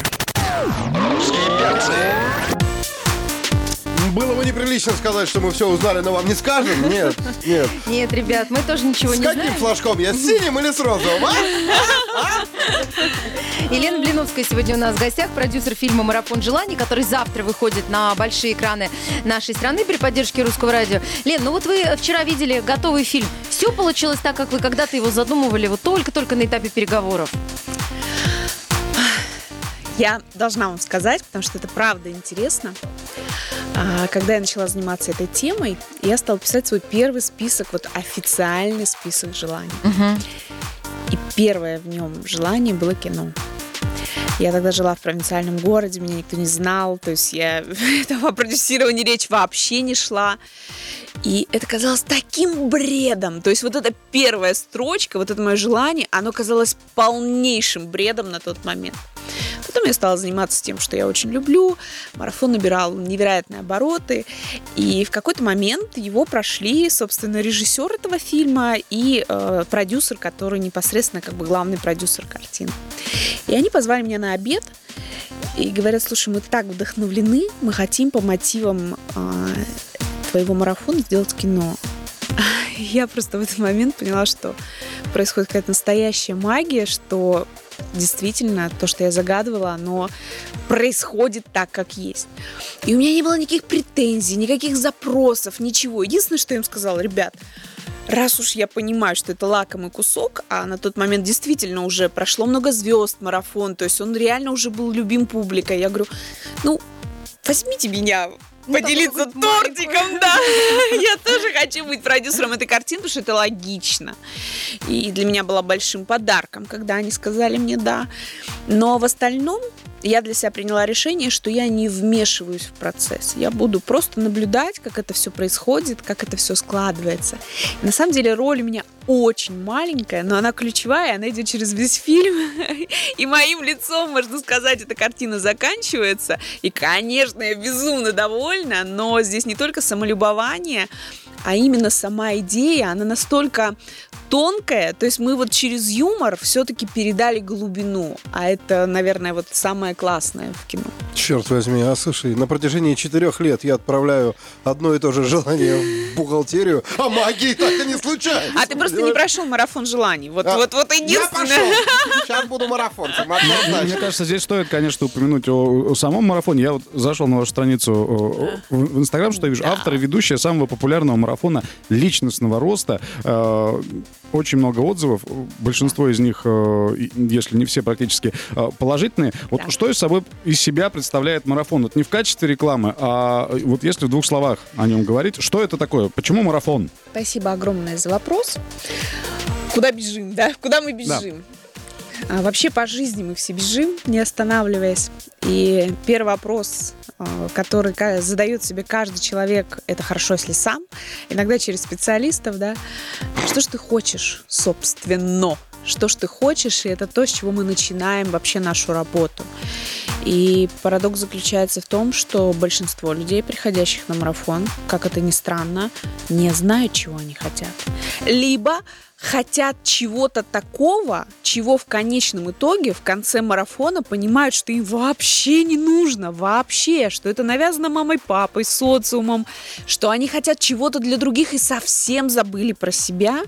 Было бы неприлично сказать, что мы все узнали, но вам не скажем. Нет, нет. Нет, ребят, мы тоже ничего С не каким знаем. флажком? Я с синим или с розовым, а? Елена Блиновская сегодня у нас в гостях, продюсер фильма «Марафон желаний», который завтра выходит на большие экраны нашей страны при поддержке Русского радио. Лен, ну вот вы вчера видели готовый фильм. Все получилось так, как вы когда-то его задумывали, вот только-только на этапе переговоров? Я должна вам сказать, потому что это правда интересно. А, Когда я начала заниматься этой темой, я стала писать свой первый список, вот официальный список желаний. И первое в нем желание было кино. Я тогда жила в провинциальном городе, меня никто не знал, то есть я там о продюсировании речь вообще не шла. И это казалось таким бредом. То есть вот эта первая строчка, вот это мое желание, оно казалось полнейшим бредом на тот момент. Потом я стала заниматься тем, что я очень люблю. Марафон набирал невероятные обороты. И в какой-то момент его прошли, собственно, режиссер этого фильма и э, продюсер, который непосредственно как бы главный продюсер картины. И они позвали меня на обед и говорят: слушай, мы так вдохновлены, мы хотим по мотивам э, твоего марафона сделать кино. Я просто в этот момент поняла, что происходит какая-то настоящая магия, что действительно то, что я загадывала, оно происходит так, как есть. И у меня не было никаких претензий, никаких запросов, ничего. Единственное, что я им сказала: ребят, раз уж я понимаю, что это лакомый кусок, а на тот момент действительно уже прошло много звезд марафон, то есть он реально уже был любим публикой, я говорю, ну, возьмите меня Ну, поделиться такой тортиком, да. Я тоже хочу быть продюсером этой картины, потому что это логично. И для меня было большим подарком, когда они сказали мне «да». Но в остальном я для себя приняла решение, что я не вмешиваюсь в процесс. Я буду просто наблюдать, как это все происходит, как это все складывается. И на самом деле роль у меня очень маленькая, но она ключевая, она идет через весь фильм. И моим лицом, можно сказать, эта картина заканчивается. И, конечно, я безумно довольна, но здесь не только самолюбование, а именно сама идея, она настолько тонкая, то есть мы вот через юмор все-таки передали глубину, а это, наверное, вот самое классное в кино. Черт возьми, а слушай, на протяжении четырех лет я отправляю одно и то же желание в бухгалтерию, а магии так и не случается. А ты просто не прошел марафон желаний. Вот, А, вот, вот Я единственное. пошел. Сейчас буду марафонцем, Мне однозначно. кажется, здесь стоит, конечно, упомянуть о, о самом марафоне. Я вот зашел на вашу страницу о, о, в Инстаграм, что я вижу. Автор и ведущая самого популярного марафона личностного роста. Э, очень много отзывов. Большинство из них, э, если не все практически, э, положительные. Вот Да. что из собой из себя представляет марафон? Вот не в качестве рекламы, а вот если в двух словах о нем говорить, что это такое? Почему марафон? Спасибо огромное за вопрос. Куда бежим, да? Куда мы бежим? А, вообще по жизни мы все бежим, не останавливаясь. И первый вопрос, а, который ка- задает себе каждый человек, это хорошо, если сам, иногда через специалистов, да. Что ж ты хочешь, собственно? Что ж ты хочешь? И это то, с чего мы начинаем вообще нашу работу. И парадокс заключается в том, что большинство людей, приходящих на марафон, как это ни странно, не знают, чего они хотят. Либо хотят чего-то такого, чего в конечном итоге, в конце марафона понимают, что им вообще не нужно, вообще, что это навязано мамой, папой, социумом, что они хотят чего-то для других и совсем забыли про себя.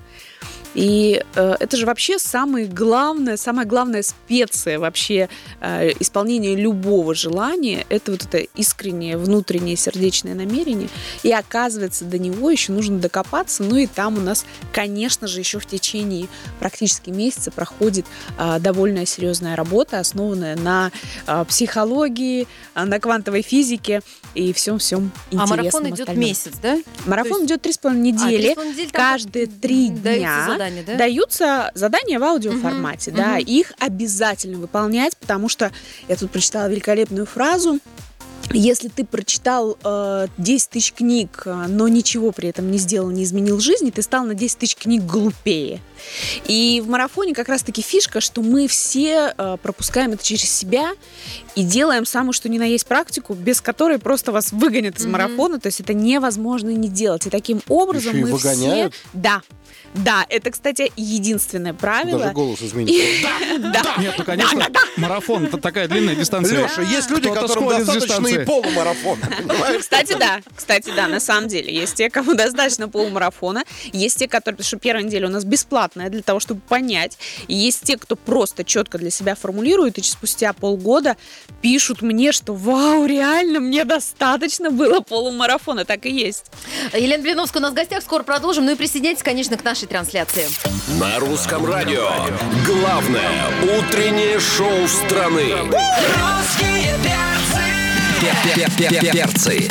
И э, это же вообще самое главное, самая главная специя вообще э, исполнения любого желания. Это вот это искреннее, внутреннее, сердечное намерение. И оказывается, до него еще нужно докопаться. Ну и там у нас, конечно же, еще в течение практически месяца проходит э, довольно серьезная работа, основанная на э, психологии, э, на квантовой физике и всем-всем интересном. А марафон идет остальном. месяц, да? Марафон То идет три с половиной А, три недели. с половиной недели, там Каждые три даются дня задания, да? даются задания в аудиоформате. Мгм, Да, мгм. их обязательно выполнять, потому что я тут прочитала великолепную фразу. Если ты прочитал э, десять тысяч книг, но ничего при этом не сделал, не изменил жизни, ты стал на десять тысяч книг глупее. И в марафоне как раз-таки фишка, что мы все э, пропускаем это через себя и делаем самую что ни на есть практику, без которой просто вас выгонят из mm-hmm. марафона. То есть это невозможно не делать. И таким образом Еще и мы выгоняют? все... Да. Да, это, кстати, единственное правило. Даже голос изменить. Да. Нет, ну, конечно, марафон — это такая длинная дистанция. Леша, есть люди, Кто-то которым сходит с достаточно и дистанции. полумарафона. Кстати, да. Кстати, да, на самом деле. Есть те, кому достаточно полумарафона. Есть те, которые... Потому что первая неделя у нас бесплатная для того, чтобы понять. И есть те, кто просто четко для себя формулирует, и спустя полгода пишут мне, что вау, реально, мне достаточно было полумарафона. Так и есть. Елена Блиновская у нас в гостях. Скоро продолжим. Ну и присоединяйтесь, конечно, к нашей трансляции. На русском радио главное утреннее шоу страны. Русские перцы. Перцы.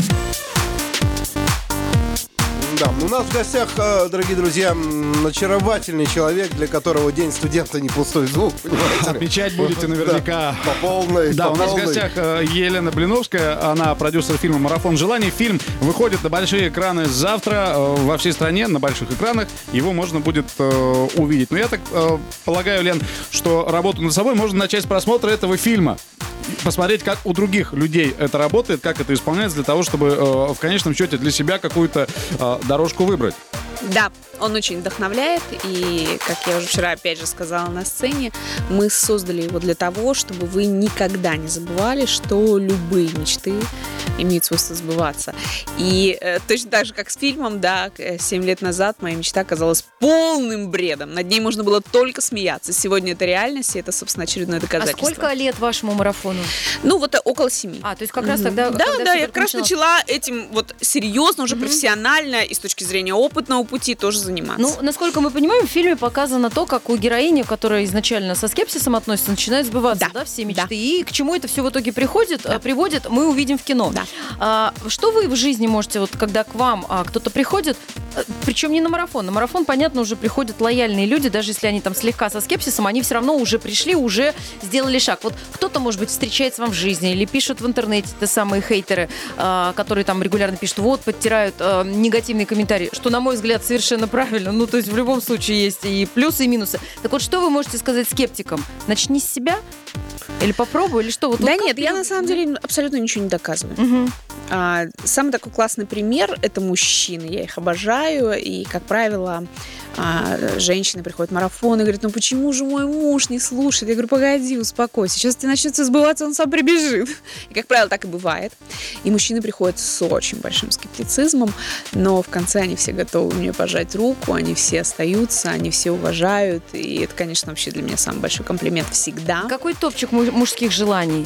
Да, у нас в гостях, э, дорогие друзья, м, очаровательный человек, для которого день студента не пустой звук, понимаете? Отмечать будете наверняка. Да, по полной, Да, по у нас в полной. гостях э, Елена Блиновская, она продюсер фильма «Марафон желаний». Фильм выходит на большие экраны завтра э, во всей стране, на больших экранах. Его можно будет э, увидеть. Но я так э, полагаю, Лен, что работу над собой можно начать с просмотра этого фильма. Посмотреть, как у других людей это работает, как это исполняется, для того, чтобы э, в конечном счете для себя какую-то э, дорожку выбрать. Да, он очень вдохновляет, и, как я уже вчера опять же сказала на сцене, мы создали его для того, чтобы вы никогда не забывали, что любые мечты имеют свойство сбываться. И э, точно так же, как с фильмом, да, семь лет назад моя мечта казалась полным бредом. Над ней можно было только смеяться. Сегодня это реальность, и это, собственно, очередное А доказательство. сколько лет вашему марафону? Ну, вот э, около семи. А, то есть как раз тогда... Да, когда да, всё я только как раз начиналось. начала этим вот серьезно, уже профессионально и с точки зрения опытного пути тоже заниматься. Ну, насколько мы понимаем, в фильме показано то, как у героини, которая изначально со скепсисом относится, начинает сбываться, да, Да, все мечты. да. И к чему это все в итоге приходит, а, приводит, мы увидим в кино. Да. А, что вы в жизни можете, вот когда к вам а, кто-то приходит, а, причем не на марафон, на марафон, понятно, уже приходят лояльные люди, даже если они там слегка со скепсисом, они все равно уже пришли, уже сделали шаг. Вот кто-то, может быть, встречается вам в жизни или пишут в интернете, те самые хейтеры, а, которые там регулярно пишут, вот, подтирают а, негативные комментарии, что, на мой взгляд, совершенно правильно. Ну, то есть в любом случае есть и плюсы, и минусы. Так вот, что вы можете сказать скептикам? Начни с себя? Или попробуй, или что? Вот, Да вот нет, как я ты- на самом деле абсолютно ничего не доказываю. Мгм. А, самый такой классный пример – это мужчины. Я их обожаю. И, как правило, а, женщины приходят в марафон и говорят, ну почему же мой муж не слушает? Я говорю, погоди, успокойся. Сейчас тебе начнется сбываться, он сам прибежит. И, как правило, так и бывает. И мужчины приходят с очень большим скептицизмом, но в конце они все готовы мне пожать руку, они все остаются, они все уважают. И это, конечно, вообще для меня самый большой комплимент всегда. Какой топчик му- мужских желаний?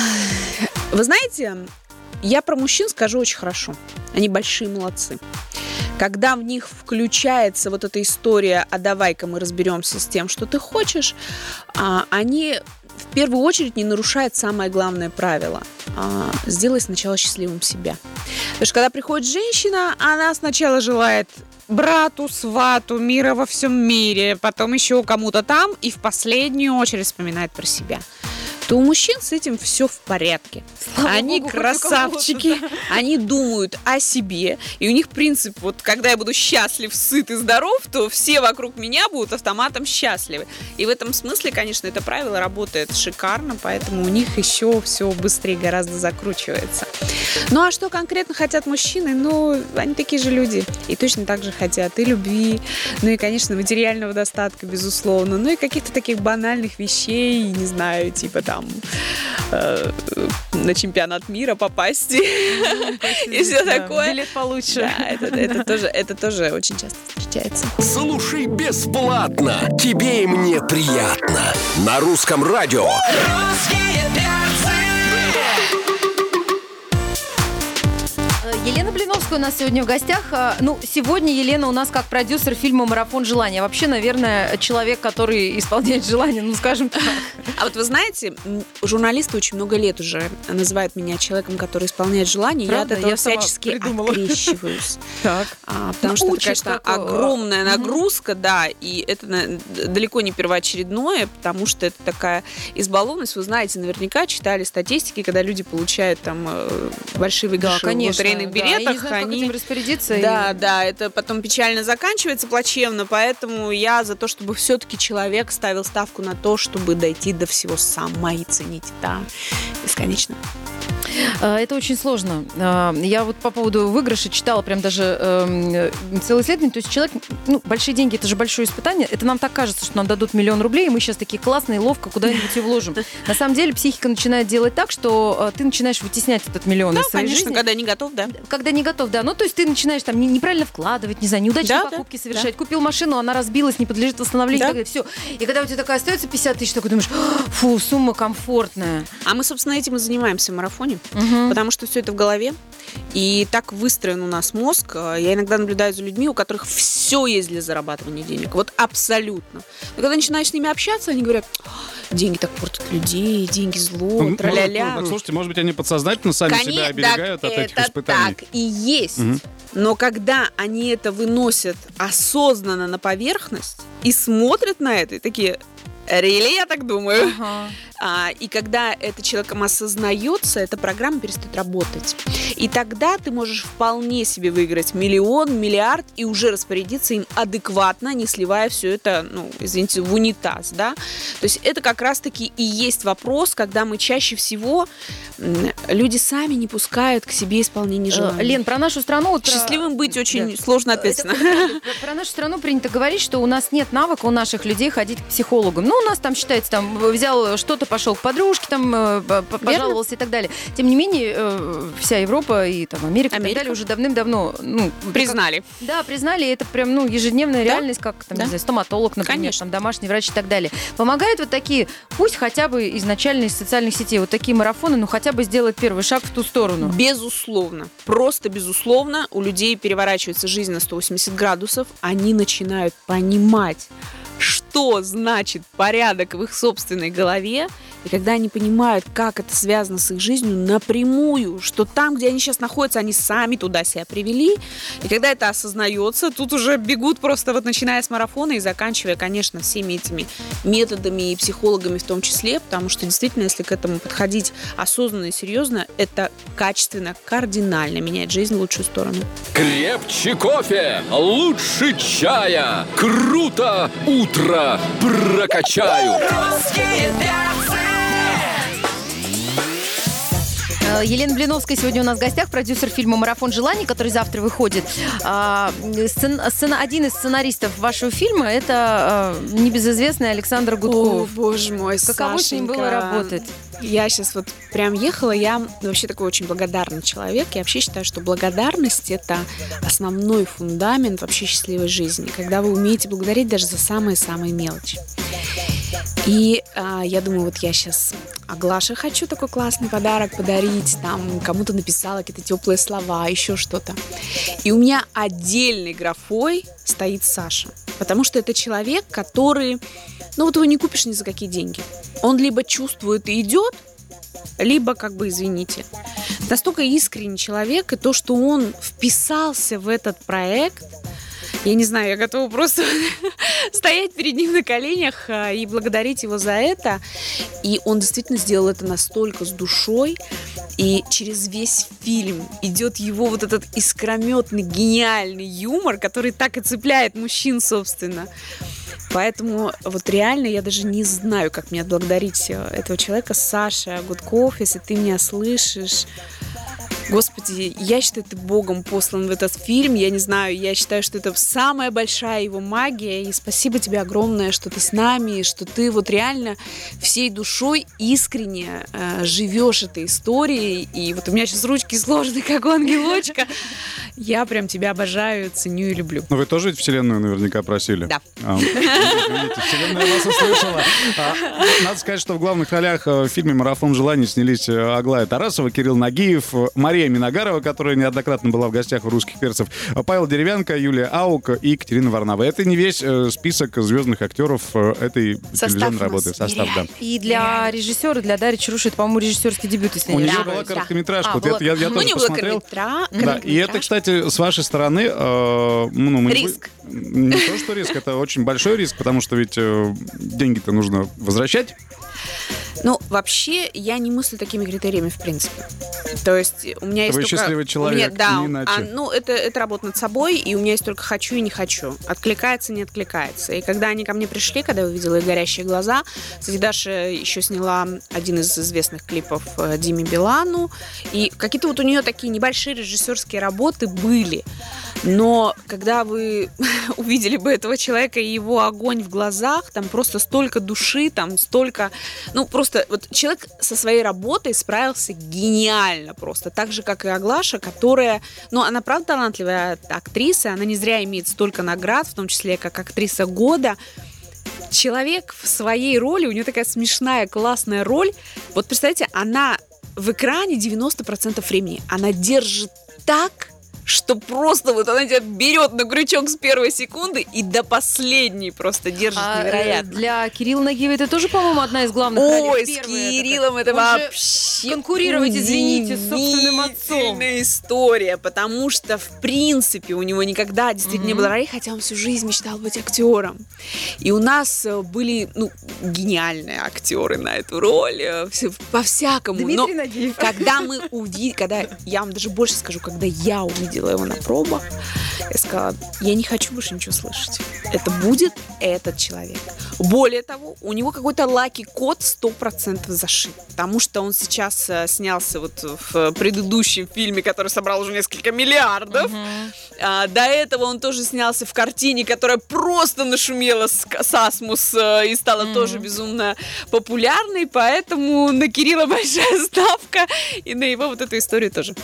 Вы знаете, я про мужчин скажу очень хорошо. Они большие молодцы. Когда в них включается вот эта история, а давай-ка мы разберемся с тем, что ты хочешь, а, они в первую очередь не нарушают самое главное правило. А, сделай сначала счастливым себя. Потому что когда приходит женщина, она сначала желает брату, свату, мира во всем мире, потом еще кому-то там, и в последнюю очередь вспоминает про себя. То у мужчин с этим все в порядке. Слава Они богу, хоть у красавчики, кого-то, они думают о себе, и у них принцип, вот когда я буду счастлив, сыт и здоров, то все вокруг меня будут автоматом счастливы. И в этом смысле, конечно, это правило работает шикарно, поэтому у них еще все быстрее гораздо закручивается. Ну а что конкретно хотят мужчины? Ну, они такие же люди, и точно так же хотят и любви, ну и, конечно, материального достатка, безусловно, ну и каких-то таких банальных вещей, не знаю, типа там э, на чемпионат мира попасть и все Да, такое. билет получше. Да, это, это тоже, это тоже очень часто встречается. Слушай бесплатно. Тебе и мне приятно. На русском радио. Русские перцы. Елена Блиновская у нас сегодня в гостях. А, Ну, сегодня Елена у нас как продюсер фильма «Марафон желания». Вообще, наверное, человек, который исполняет желания, ну, скажем так. А вот вы знаете, м, журналисты очень много лет уже называют меня человеком, который исполняет желания. Правда? Я от этого Я сама всячески придумала. открещиваюсь. Так. А, потому что это, Учит конечно, такого. огромная Мгм. нагрузка, да, и это на- далеко не первоочередное, потому что это такая избалованность. Вы знаете, наверняка читали статистики, когда люди получают там э, большие Да, выигрыши в конечно. лотерейных да. И не билетах, знаю, как они... этим распорядиться. Да, и- да, это потом печально заканчивается, плачевно, поэтому я за то, чтобы все-таки человек ставил ставку на то, чтобы дойти до всего сам и ценить это бесконечно. А, Это очень сложно. А, Я вот по поводу выигрыша читала прям даже эм, целое исследование. То есть человек, ну, большие деньги, это же большое испытание. Это нам так кажется, что нам дадут миллион рублей, и мы сейчас такие классные, ловко куда-нибудь и вложим. На самом деле психика начинает делать так, что э, ты начинаешь вытеснять этот миллион Да, из своей конечно, жизни. когда не готов, да. Когда не готов, да. Ну, то есть ты начинаешь там не- неправильно вкладывать, не знаю, неудачные Да, да, покупки совершать. Купил машину, она разбилась, не подлежит восстановлению. Да. И так далее. Все. И когда у тебя такая остается пятьдесят тысяч, такой думаешь, фу, сумма комфортная. А мы, собственно, этим и занимаемся в марафоне, потому что все это в голове. И так выстроен у нас мозг. Я иногда наблюдаю за людьми, у которых все есть для зарабатывания денег. Вот абсолютно. Но когда начинаешь с ними общаться, они говорят, деньги так портят людей, деньги зло, Ну, тра-ля-ля. ну, так, слушайте, может быть, они подсознательно сами Коне- себя оберегают так от этих это испытаний. так и есть. Мгм. Но когда они это выносят осознанно на поверхность и смотрят на это, и такие, really, я так думаю. Ага. А, и когда это человеком осознается, эта программа перестает работать. И тогда ты можешь вполне себе выиграть миллион, миллиард и уже распорядиться им адекватно, не сливая все это, ну, извините, в унитаз, да. То есть это как раз-таки и есть вопрос, когда мы чаще всего м, люди сами не пускают к себе исполнение Э, желаний. Лен, про нашу страну... вот про- Счастливым быть очень Да. сложно, Это ответственно. правда. Про- Про нашу страну принято говорить, что у нас нет навыка у наших людей ходить к психологам. Ну, у нас там считается, там, взял что-то, пошел к подружке, там, э, п- п- пожаловался и так далее. Тем не менее, э, вся Европа и там Америка, и Америка. так далее уже давным-давно... Ну, Признали. Да, признали, это прям, ну, ежедневная Да. реальность, как там, Да. не знаю, стоматолог, например, Конечно. там, домашний врач и так далее. Помогают вот такие, пусть хотя бы изначально из социальных сетей, вот такие марафоны, ну, хотя бы сделать первый шаг в ту сторону. Безусловно. Просто безусловно. У людей переворачивается жизнь на сто восемьдесят градусов. Они начинают понимать, что значит порядок в их собственной голове. И когда они понимают, как это связано с их жизнью напрямую, что там, где они сейчас находятся, они сами туда себя привели. И когда это осознается, тут уже бегут просто вот начиная с марафона и заканчивая, конечно, всеми этими методами и психологами в том числе, потому что действительно, если к этому подходить осознанно и серьезно, это качественно, кардинально меняет жизнь в лучшую сторону. Крепче кофе, лучше чая. Круто утро прокачаю. Русские перцы. Э, Елена Блиновская сегодня у нас в гостях, продюсер фильма «Марафон желаний», который завтра выходит. А, сцен- сцена- один из сценаристов вашего фильма – это э, небезызвестный Александр Гудков. боже мой, Каково с ним было Сашенька. работать? Я сейчас вот прям ехала, я вообще такой очень благодарный человек. Я вообще считаю, что благодарность – это основной фундамент вообще счастливой жизни. Когда вы умеете благодарить даже за самые-самые мелочи. И а, я думаю, вот я сейчас Аглаше хочу такой классный подарок подарить, там кому-то написала какие-то теплые слова, еще что-то. И у меня отдельной графой стоит Саша, потому что это человек, который, ну вот его не купишь ни за какие деньги. Он либо чувствует и идет, либо, как бы, извините. Настолько искренний человек, и то, что он вписался в этот проект, я не знаю, я готова просто стоять перед ним на коленях а, и благодарить его за это. И он действительно сделал это настолько с душой. И через весь фильм идет его вот этот искрометный, гениальный юмор, который так и цепляет мужчин, собственно. Поэтому вот реально я даже не знаю, как мне отблагодарить этого человека. Саша Гудков, если ты меня слышишь... Господи, я считаю, ты Богом послан в этот фильм. Я не знаю, я считаю, что это самая большая его магия. И спасибо тебе огромное, что ты с нами, и что ты вот реально всей душой искренне э, живешь этой историей. И вот у меня сейчас ручки сложные, как у ангелочка. Я прям тебя обожаю, ценю и люблю. Но вы тоже ведь вселенную наверняка просили? Да. А, видите, вселенная вас услышала. А, надо сказать, что в главных ролях э, в фильме «Марафон желаний» снялись э, Аглая Тарасова, Кирилл Нагиев, Мария Мария Миногарова, которая неоднократно была в гостях у «Русских перцев», Павел Деревянко, Юлия Аук и Екатерина Варнава. Это не весь э, список звездных актеров э, этой Состав телевизионной у нас работы. Состав, да. И для режиссера, для Дарьи Чаруш, это, по-моему, режиссерский дебют, если У не нее ошибаюсь. была короткометражка. А, вот была- это я, я У тоже нее была посмотрел. короткометра- Да, и это, кстати, с вашей стороны, э, ну, мы не Риск. бу- не то, что риск, это очень большой риск, потому что ведь э, деньги-то нужно возвращать. Ну, вообще, я не мыслю такими критериями, в принципе. То есть у меня есть Вы только... счастливый человек, у меня, да, не иначе. а, ну, это, это работа над собой, и у меня есть только хочу и не хочу. Откликается, не откликается. И когда они ко мне пришли, когда я увидела их горящие глаза, кстати, Даша еще сняла один из известных клипов э, Диме Билану, и какие-то вот у нее такие небольшие режиссерские работы были. Но когда вы увидели бы этого человека и его огонь в глазах, там просто столько души, там столько... Ну, просто вот человек со своей работой справился гениально просто. Так же, как и Аглаша, которая... Ну, она правда талантливая актриса, она не зря имеет столько наград, в том числе как актриса года. Человек в своей роли, у нее такая смешная, классная роль. Вот представьте, она в экране девяносто процентов времени, она держит так, что просто вот она тебя берет на крючок с первой секунды и до последней просто держит А, э, невероятно. для Кирилла Нагиева это тоже, по-моему, одна из главных Ой, ролей. с Первая Кириллом такая. это Он же вообще конкурировать, извините, с собственным отцом. удивительная история, потому что, в принципе, у него никогда действительно не было ролей, хотя он всю жизнь мечтал быть актером. И у нас э, были, ну, гениальные актеры на эту роль, э, все, по-всякому. Дмитрий Но Нагиев. когда мы увидели, когда, я вам даже больше скажу, когда я увидела его на пробах, я сказала, я не хочу больше ничего слышать. Это будет этот человек. Более того, у него какой-то лаки-код сто процентов зашит, потому что он сейчас э, снялся вот в предыдущем фильме, который собрал уже несколько миллиардов. А, до этого он тоже снялся в картине, которая просто нашумела с, с Асмус э, и стала тоже безумно популярной, поэтому на Кирилла большая ставка и на его вот эту историю тоже.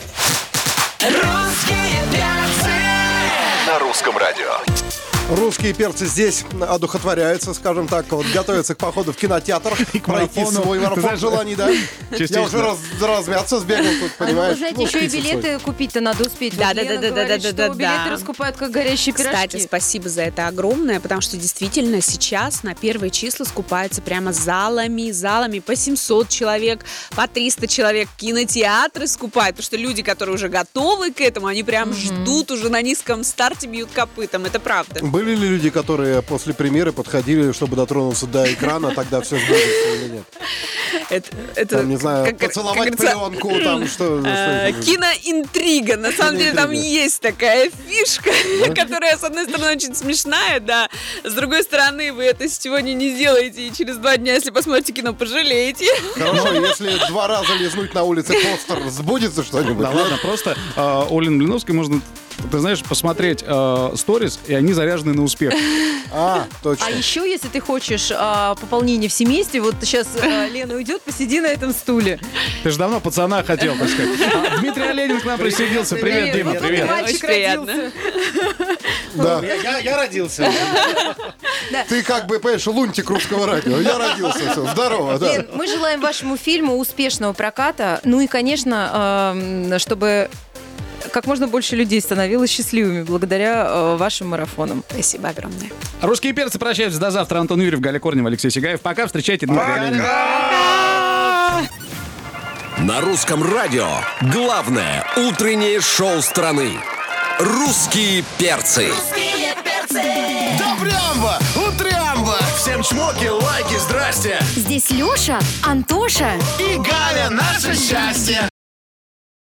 Русские перцы. На русском радио. Русские перцы здесь одухотворяются, скажем так, вот готовятся к походу в кинотеатр, пройти марафону. свой Ты марафон знаешь, желаний, да? частично. Я уже раз, размяться сбегал тут, А, ну, понимаешь? вы знаете, Ну, еще и шприц билеты свой. купить-то надо успеть. Да, Вот да, Лена да, да, говорит, да, да, что да, билеты да. раскупают, как горящие пирожки. Кстати, спасибо за это огромное, потому что действительно сейчас на первые числа скупаются прямо залами, залами по семьсот человек, по триста человек. Кинотеатры скупают, потому что люди, которые уже готовы к этому, они прям ждут уже на низком старте, бьют копытом. Это правда. Были ли люди, которые после премьеры подходили, чтобы дотронуться до экрана, тогда все сбудется или нет? Это, это Там, не знаю, как- как поцеловать говорится, пленку, там что... э, что- киноинтрига. На самом деле там Киноинтрига. есть такая фишка, которая, с одной стороны, очень смешная, да. С другой стороны, вы это сегодня не сделаете, и через два дня, если посмотрите кино, пожалеете. Хорошо, если два раза лизнуть на улице постер, сбудется что-нибудь? Да ладно, просто э, у Лены Блиновской можно, ты знаешь, посмотреть э, сторис, и они заряжены на успех. А, точно. А еще, если ты хочешь а, пополнение в семействе, вот сейчас а, Лена уйдет, посиди на этом стуле. Ты же давно пацана хотел, так сказать. А, Дмитрий Оленин к нам присоединился. Привет, Дима, Вот привет. мальчик Очень приятно. родился. Да. Я, я- я родился. Ты как бы, понимаешь, лунтик русского радио. Я родился, все, здорово, да. Лен, мы желаем вашему фильму успешного проката. Ну и, конечно, эм, чтобы как можно больше людей становилось счастливыми благодаря э, вашим марафонам. Спасибо огромное. Русские перцы прощаются до завтра. Антон Юрьев, Галя Корнева, Алексей Сигаев. Пока, встречайте Дмитрия Оленина. На русском радио главное утреннее шоу страны. Русские перцы. Русские перцы. Добрямба! Утрямба! Всем чмоки, лайки, здрасте! Здесь Леша, Антоша И Галя, наше счастье!